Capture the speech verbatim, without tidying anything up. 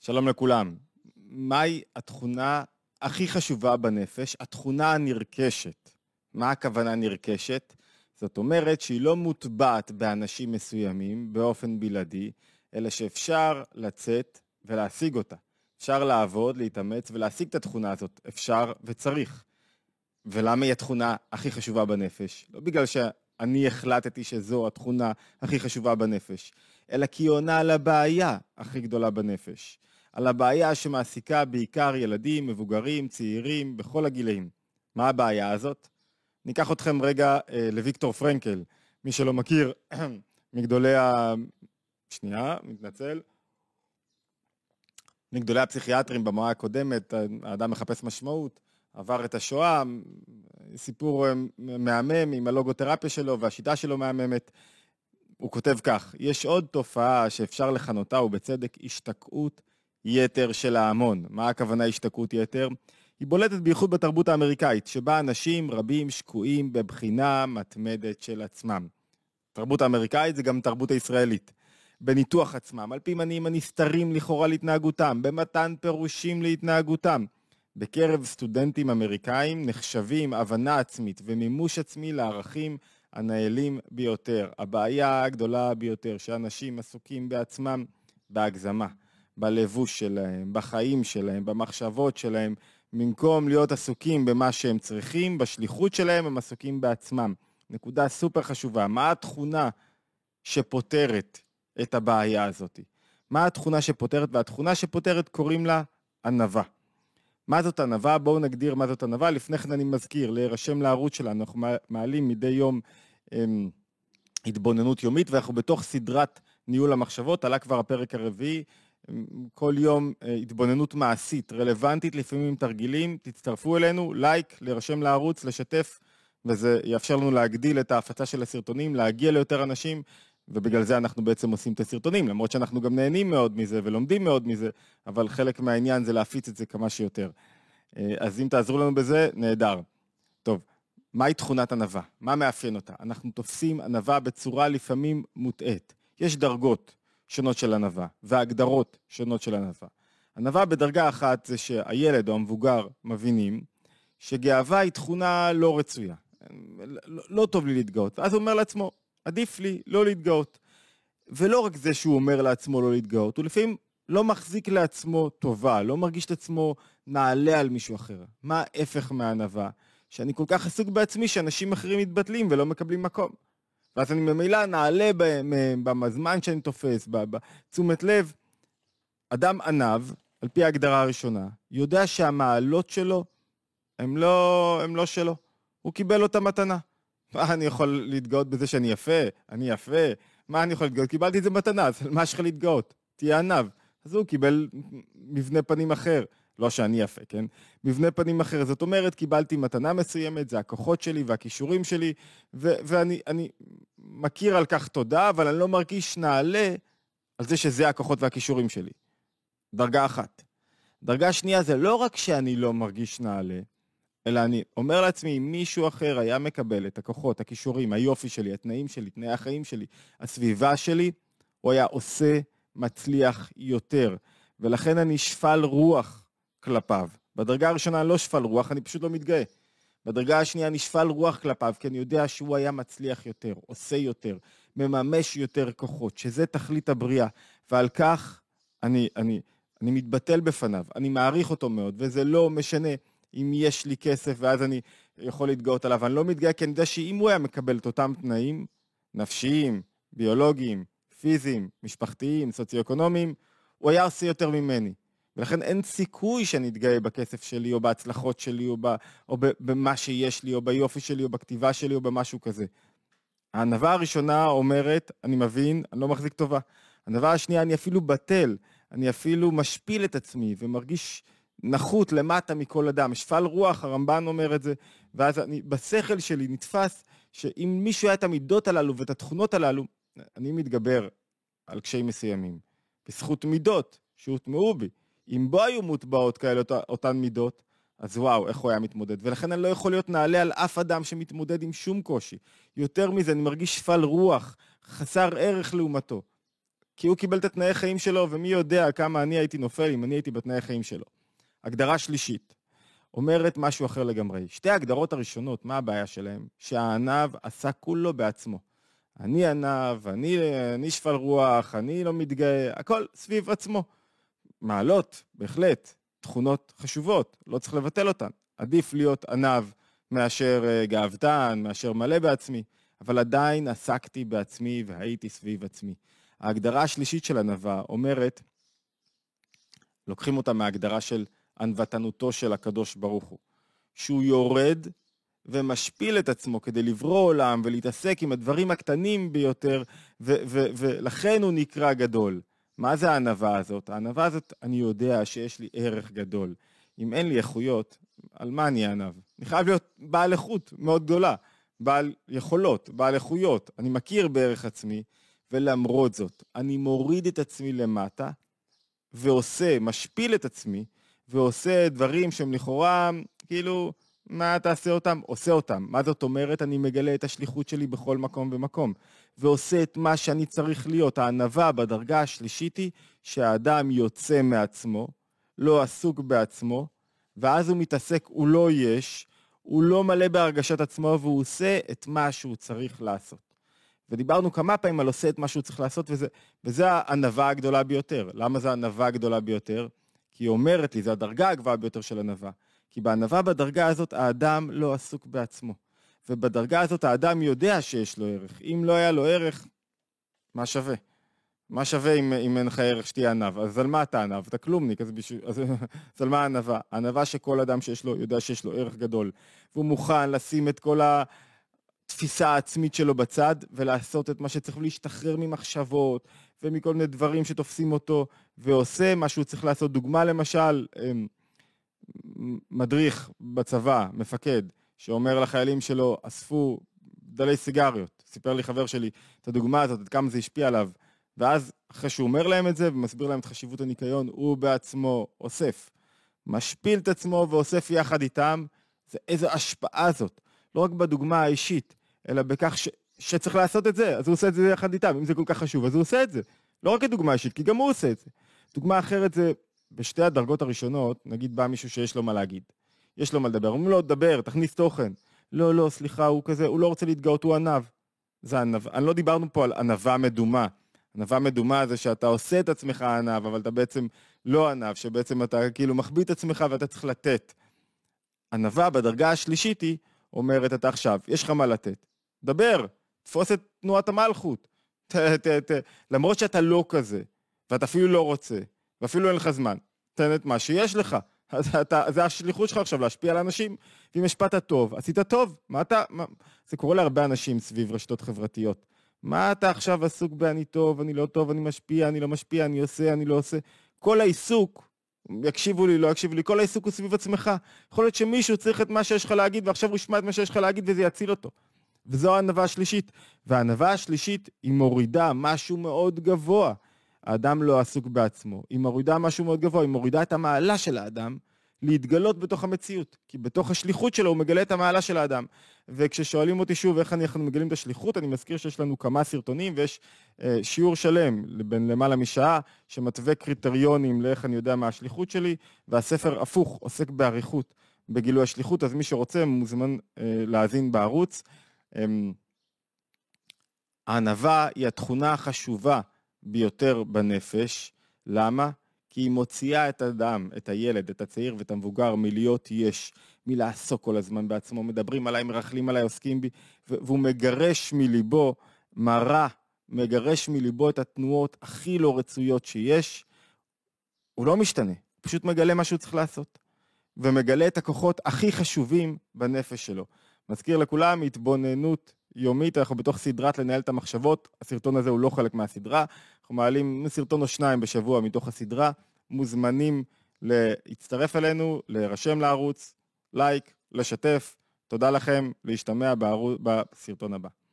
שלום לכולם. מהי התכונה הכי חשובה בנפש? התכונה הנרכשת. מה הכוונה נרכשת? זאת אומרת שהיא לא מוטבעת באנשים מסוימים באופן בלעדי, אלא שאפשר לצאת ולהשיג אותה. אפשר לעבוד, להתאמץ ולהשיג את התכונה הזאת. אפשר וצריך. ולמה היא התכונה הכי חשובה בנפש? לא בגלל שאני החלטתי שזו התכונה הכי חשובה בנפש, אלא כי היא עונה על הבעיה הכי גדולה בנפש. על הבעיה שמעסיקה בעיקר ילדים, מבוגרים, צעירים, בכל הגילאים. מה הבעיה הזאת? ניקח אתכם רגע אה, לוויקטור פרנקל. מי שלא מכיר, מגדולי ה... שנייה, מתנצל. מגדולי הפסיכיאטרים במאה הקודמת, האדם מחפש משמעות, עבר את השואה, סיפור מהמם עם הלוגותרפיה שלו והשיטה שלו מהממת. הוא כותב כך: יש עוד תופעה שאפשר לכנותה ובצדק השתקעות יתר של ההמון. מה הכוונה השתקעות יתר? היא בולטת בייחוד בתרבות האמריקאית, שבה אנשים רבים שקועים בבחינה מתמדת של עצמם. תרבות האמריקאית זה גם תרבות הישראלית. בניתוח עצמם, על פי מניעים הנסתרים לכאורה להתנהגותם, במתן פירושים להתנהגותם. בקרב סטודנטים אמריקאים נחשבים הבנה עצמית ומימוש עצמי לערכים הנעלים ביותר. הבעיה הגדולה ביותר שאנשים עסוקים בעצמם בהגזמה, בלבוש שלהם, בחיים שלהם, במחשבות שלהם, במקום להיות עסוקים במה שהם צריכים, בשליחות שלהם הם עסוקים בעצמם. נקודה סופר חשובה. מה התכונה שפותרת את הבעיה הזאת? מה התכונה שפותרת? והתכונה שפותרת קוראים לה ענווה. מה זאת ענווה? בואו נגדיר מה זאת ענווה. לפני כן אני מזכיר, להירשם לערוץ שלנו, אנחנו מעלים מדי יום הם, התבוננות יומית, ואנחנו בתוך סדרת ניהול המחשבות, עלה כבר הפרק הרביעי, כל יום התבוננות מעשית, רלוונטית, לפעמים עם תרגילים, תצטרפו אלינו, לייק, להירשם לערוץ, לשתף, וזה יאפשר לנו להגדיל את ההפצה של הסרטונים, להגיע ליותר אנשים, ובגלל זה אנחנו בעצם עושים את הסרטונים, למרות שאנחנו גם נהנים מאוד מזה ולומדים מאוד מזה, אבל חלק מהעניין זה להפיץ את זה כמה שיותר. אז אם תעזרו לנו בזה, נהדר. טוב, מהי תכונת ענווה? מה מאפיין אותה? אנחנו תופסים ענווה בצורה לפעמים מוטעת. יש דרגות שונות של ענווה, והגדרות שונות של ענווה. ענווה בדרגה אחת זה שהילד או המבוגר מבינים שגאווה היא תכונה לא רצויה. לא, לא טוב לי להתגאות. ואז הוא אומר לעצמו, עדיף לי לא להתגאות. ולא רק זה שהוא אומר לעצמו לא להתגאות, הוא לפעמים לא מחזיק לעצמו טובה, לא מרגיש את עצמו נעלה על מישהו אחר. מה ההפך מהענווה? שאני כל כך עסוק בעצמי שאנשים אחרים מתבטלים ולא מקבלים מקום. ואז אני ממילא נעלה בזמן שאני תופס, בתשומת לב. אדם ענב, על פי ההגדרה הראשונה, יודע שהמעלות שלו הם לא, הם לא שלו. הוא קיבל אותה מתנה. מה אני יכול להתגאות בזה שאני יפה? אני יפה. מה אני יכול להתגאות? קיבלתי את זה מתנה, אז מה יש לך להתגאות? תהיה ענב. אז הוא קיבל מבנה פנים אחר. לא שאני יפה, כן? מבנה פנים אחר. זאת אומרת, קיבלתי מתנה מסוימת, זה הכוחות שלי והכישורים שלי, ו- ואני אני מכיר על כך תודה, אבל אני לא מרגיש נעלה על זה שזה הכוחות והכישורים שלי. דרגה אחת. דרגה שנייה זה לא רק שאני לא מרגיש נעלה, אלא אני אומר לעצמי, אם מישהו אחר היה מקבל את הכוחות, הכישורים, היופי שלי, התנאים שלי, תנאי החיים שלי, הסביבה שלי, הוא היה עושה, מצליח יותר. ולכן אני שפל רוח כלפיו. בדרגה הראשונה אני לא שפל רוח, אני פשוט לא מתגאה. בדרגה השנייה אני שפל רוח כלפיו, כי אני יודע שהוא היה מצליח יותר, עושה יותר, מממש יותר כוחות, שזה תכלית הבריאה. ועל כך אני, אני, אני מתבטל בפניו, אני מעריך אותו מאוד, וזה לא משנה אם יש לי כסף ואז אני יכול להתגאות עליו. אני לא מתגאה כי אני יודע שאם הוא היה מקבל את אותם תנאים, נפשיים, ביולוגיים, פיזיים, משפחתיים, סוציו-אקונומיים, הוא היה עושה יותר ממני. ולכן אין סיכוי שאני אתגאה בכסף שלי, או בהצלחות שלי, או, ב, או ב, במה שיש לי, או ביופי שלי, או בכתיבה שלי, או במשהו כזה. הענווה הראשונה אומרת, אני מבין, אני לא מחזיק טובה. הענווה השנייה, אני אפילו בטל, אני אפילו משפיל את עצמי, ומרגיש נחות למטה מכל אדם. שפל רוח, הרמב"ן אומר את זה, ואז אני, בשכל שלי נתפס, שאם מישהו היה את המידות הללו, ואת התכונות הללו, אני מתגבר על קשיים מסוימים. בזכות מידות שהוטמעו בי. אם בו היו מוטבעות כאלה אותן מידות, אז וואו, איך הוא היה מתמודד. ולכן אני לא יכול להיות נעלה על אף אדם שמתמודד עם שום קושי. יותר מזה, אני מרגיש שפל רוח, חסר ערך לעומתו. כי הוא קיבל את התנאי חיים שלו, ומי יודע כמה אני הייתי נופל אם אני הייתי בתנאי חיים שלו. הגדרה שלישית, אומרת משהו אחר לגמרי. שתי ההגדרות הראשונות, מה הבעיה שלהם? שהענב עשה כולו בעצמו. אני ענב, אני, אני שפל רוח, אני לא מתגאה, הכל סביב עצמו. מעלות, בהחלט, תכונות חשובות, לא צריך לבטל אותן. עדיף להיות ענב מאשר גאוותן, מאשר מלא בעצמי, אבל עדיין עסקתי בעצמי והייתי סביב עצמי. ההגדרה השלישית של ענווה אומרת, לוקחים אותה מההגדרה של ענוותנותו של הקדוש ברוך הוא, שהוא יורד ומשפיל את עצמו כדי לברוא עולם ולהתעסק עם הדברים הקטנים ביותר, ו- ו- ולכן הוא נקרא גדול. מה זה הענווה הזאת? הענווה הזאת, אני יודע שיש לי ערך גדול. אם אין לי איכויות, על מה אני ענב? אני חייב להיות בעל איכות מאוד גדולה, בעל יכולות, בעל איכויות. אני מכיר בערך עצמי, ולמרות זאת, אני מוריד את עצמי למטה, ועושה, משפיל את עצמי, ועושה דברים שהם לכאורה, כאילו, מה תעשה אותם? עושה אותם. מה זאת אומרת? אני מגלה את השליחות שלי בכל מקום ומקום, ועושה את מה שאני צריך להיות. הענווה בדרגה השלישית היא שהאדם יוצא מעצמו, לא עסוק בעצמו, ואז הוא מתעסק, הוא לא יש, הוא לא מלא בהרגשת עצמו, והוא עושה את מה שהוא צריך לעשות. ודיברנו כמה פעמים על עושה את מה שהוא צריך לעשות, וזה, וזה הענווה הגדולה ביותר. למה זה הענווה הגדולה ביותר? כי היא אומרת לי, זה הדרגה הגבוהה ביותר של ענווה. כי בענווה בדרגה הזאת האדם לא עסוק בעצמו. ובדרגה הזאת האדם יודע שיש לו ערך. אם לא היה לו ערך, מה שווה? מה שווה אם, אם אין לך ערך שתהיה ענב? אז על מה אתה ענב? אתה כלומניק, אז, בשביל, אז, אז על מה הענווה? הענווה שכל אדם שיש לו, יודע שיש לו ערך גדול. והוא מוכן לשים את כל ה... תפיסה העצמית שלו בצד, ולעשות את מה שצריך להשתחרר ממחשבות, ומכל מיני דברים שתופסים אותו, ועושה מה שהוא צריך לעשות. דוגמה למשל, מדריך בצבא, מפקד, שאומר לחיילים שלו, אספו דלי סיגריות. סיפר לי חבר שלי את הדוגמה הזאת, עד כמה זה השפיע עליו. ואז, אחרי שהוא אומר להם את זה, ומסביר להם את חשיבות הניקיון, הוא בעצמו אוסף. משפיל את עצמו ואוסף יחד איתם. זה איזו השפעה זאת. לא רק בדוגמה האישית, אלא בכך ש... שצריך לעשות את זה, אז הוא עושה את זה יחד איתם, אם זה כל כך חשוב, אז הוא עושה את זה. לא רק כדוגמה אישית, כי גם הוא עושה את זה. דוגמה אחרת זה, בשתי הדרגות הראשונות, נגיד בא מישהו שיש לו מה להגיד. יש לו מה לדבר, אומרים לו, דבר, תכניס תוכן. לא, לא, סליחה, הוא כזה, הוא לא רוצה להתגאות, הוא ענב. זה ענב. אני לא דיברנו פה על ענבה מדומה. ענבה מדומה זה שאתה עושה את עצמך ענב, אבל אתה בעצם לא ענב, שבעצם אתה כאילו מחביא את עצמך ואתה צריך לתת. ענבה בדרגה השלישית היא, אומרת אתה עכשיו, יש לך מה לתת. דבר, תפוס את תנועת המלכות. ת, ת, ת, למרות שאתה לא כזה, ואתה אפילו לא רוצה, ואפילו אין לך זמן, תן את מה שיש לך. אז אתה, זה השליחות שלך עכשיו להשפיע על אנשים, ואם השפעת טוב, עשית טוב. מה אתה, מה, זה קורה להרבה אנשים סביב רשתות חברתיות. מה אתה עכשיו עסוק באני טוב, אני לא טוב, אני משפיע, אני לא משפיע, אני עושה, אני לא עושה. כל העיסוק, יקשיבו לי, לא יקשיבו לי, כל העיסוק הוא סביב עצמך. יכול להיות שמישהו צריך את מה שיש לך להגיד, ועכשיו הוא ישמע את מה שיש לך להגיד, וזה יציל אותו. וזו הענווה השלישית. והענווה השלישית היא מורידה משהו מאוד גבוה. האדם לא עסוק בעצמו. היא מורידה משהו מאוד גבוה, היא מורידה את המעלה של האדם להתגלות בתוך המציאות. כי בתוך השליחות שלו הוא מגלה את המעלה של האדם. וכששואלים אותי שוב איך אנחנו מגלים את השליחות, אני מזכיר שיש לנו כמה סרטונים, ויש אה, שיעור שלם בין למעלה משעה, שמתווה קריטריונים לאיך אני יודע מה השליחות שלי, והספר הפוך עוסק בעריכות בגילוי השליחות, אז מי שרוצה מוזמן אה, להאזין בערוץ. אה, הענווה היא התכונה החשובה ביותר בנפש. למה? כי היא מוציאה את האדם, את הילד, את הצעיר ואת המבוגר מלהיות יש, מלעסוק כל הזמן בעצמו, מדברים עליי, מרחלים עליי, עוסקים בי, והוא מגרש מליבו מראה, מגרש מליבו את התנועות הכי לא רצויות שיש. הוא לא משתנה, הוא פשוט מגלה מה שהוא צריך לעשות, ומגלה את הכוחות הכי חשובים בנפש שלו. מזכיר לכולם, התבוננות יומית, אנחנו בתוך סדרת לנהל את המחשבות, הסרטון הזה הוא לא חלק מהסדרה, אנחנו מעלים סרטון או שניים בשבוע מתוך הסדרה, מוזמנים להצטרף אלינו, להירשם לערוץ, לייק, לשתף, תודה לכם, להשתמע בערוץ, בסרטון הבא.